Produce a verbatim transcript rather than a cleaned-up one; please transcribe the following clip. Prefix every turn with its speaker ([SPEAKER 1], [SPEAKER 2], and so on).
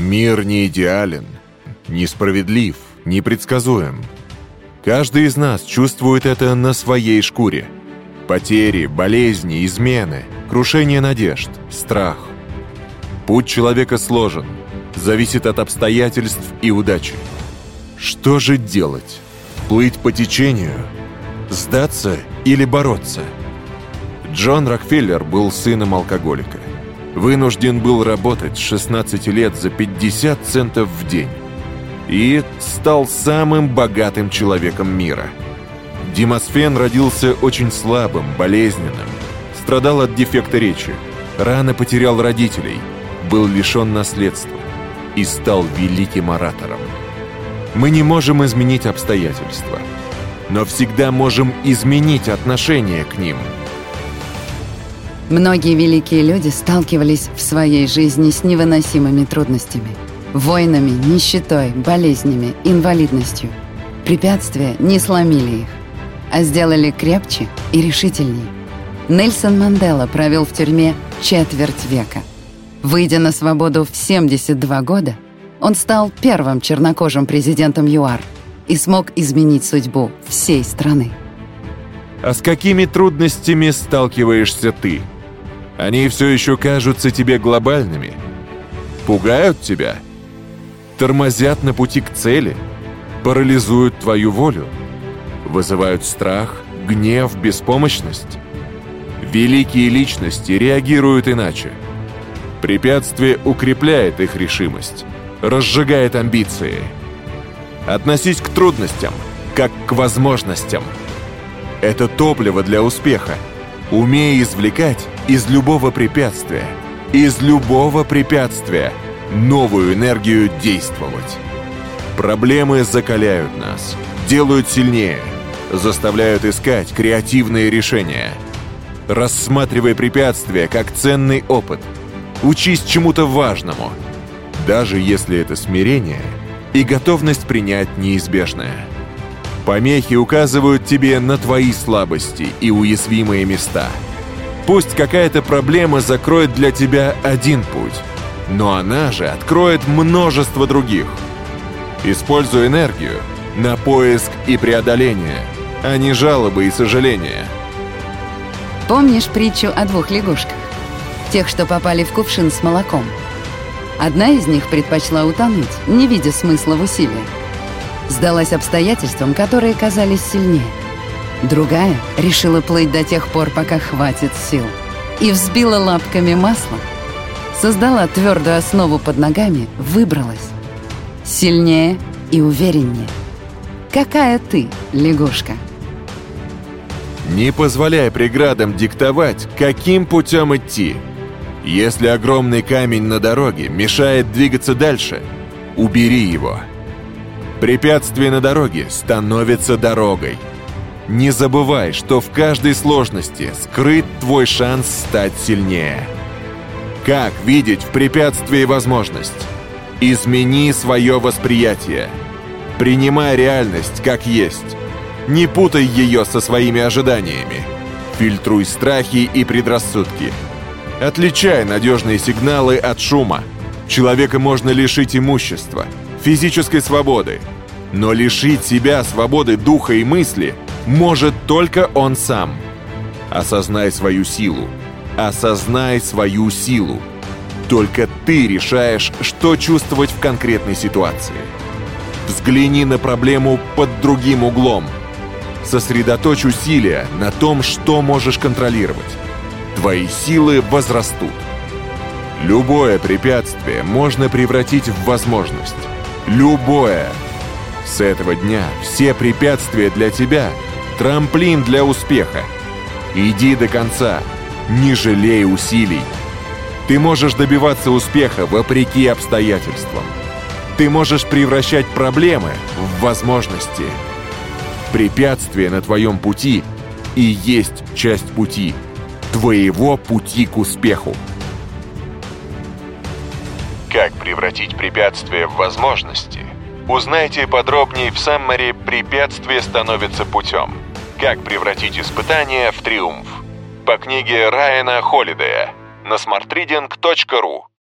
[SPEAKER 1] Мир не идеален, несправедлив, непредсказуем. Каждый из нас чувствует это на своей шкуре. Потери, болезни, измены, крушение надежд, страх. Путь человека сложен, зависит от обстоятельств и удачи. Что же делать? Плыть по течению? Сдаться или бороться? Джон Рокфеллер был сыном алкоголика. Вынужден был работать с шестнадцати лет за пятьдесят центов в день. И стал самым богатым человеком мира. Демосфен родился очень слабым, болезненным. Страдал от дефекта речи. Рано потерял родителей. Был лишен наследства. И стал великим оратором. Мы не можем изменить обстоятельства, но всегда можем изменить отношение к ним.
[SPEAKER 2] Многие великие люди сталкивались в своей жизни с невыносимыми трудностями. Войнами, нищетой, болезнями, инвалидностью. Препятствия не сломили их, а сделали крепче и решительней. Нельсон Мандела провел в тюрьме четверть века. Выйдя на свободу в семьдесят два года, он стал первым чернокожим президентом ЮАР и смог изменить судьбу всей страны.
[SPEAKER 1] А с какими трудностями сталкиваешься ты? Они все еще кажутся тебе глобальными? Пугают тебя? Тормозят на пути к цели? Парализуют твою волю? Вызывают страх, гнев, беспомощность? Великие личности реагируют иначе. Препятствие укрепляет их решимость, разжигает амбиции. Относись к трудностям, как к возможностям. Это топливо для успеха. Умей извлекать из любого препятствия, из любого препятствия новую энергию действовать. Проблемы закаляют нас, делают сильнее, заставляют искать креативные решения. Рассматривай препятствия как ценный опыт. Учись чему-то важному, даже если это смирение и готовность принять неизбежное. Помехи указывают тебе на твои слабости и уязвимые места. Пусть какая-то проблема закроет для тебя один путь, но она же откроет множество других. Используй энергию на поиск и преодоление, а не жалобы и сожаления.
[SPEAKER 2] Помнишь притчу о двух лягушках? Тех, что попали в кувшин с молоком. Одна из них предпочла утонуть, не видя смысла в усилиях. Сдалась обстоятельствам, которые казались сильнее. Другая решила плыть до тех пор, пока хватит сил, и взбила лапками масло. Создала твердую основу под ногами, выбралась. Сильнее и увереннее. Какая ты, лягушка?
[SPEAKER 1] Не позволяй преградам диктовать, каким путем идти. Если огромный камень на дороге мешает двигаться дальше, убери его. Препятствие на дороге становится дорогой. Не забывай, что в каждой сложности скрыт твой шанс стать сильнее. Как видеть в препятствии возможность? Измени свое восприятие. Принимай реальность как есть. Не путай ее со своими ожиданиями. Фильтруй страхи и предрассудки. Отличай надежные сигналы от шума. Человека можно лишить имущества, физической свободы, но лишить себя свободы духа и мысли может только он сам. Осознай свою силу. Осознай свою силу. Только ты решаешь, что чувствовать в конкретной ситуации. Взгляни на проблему под другим углом. Сосредоточь усилия на том, что можешь контролировать. Твои силы возрастут. Любое препятствие можно превратить в возможность. Любое. С этого дня все препятствия для тебя – трамплин для успеха. Иди до конца. Не жалей усилий. Ты можешь добиваться успеха вопреки обстоятельствам. Ты можешь превращать проблемы в возможности. Препятствия на твоем пути и есть часть пути. Твоего пути к успеху. Как превратить препятствия в возможности? Узнайте подробнее в саммари «Препятствие становится путем». Как превратить испытание в триумф. По книге Райана Холидея на смарт ридинг точка ру.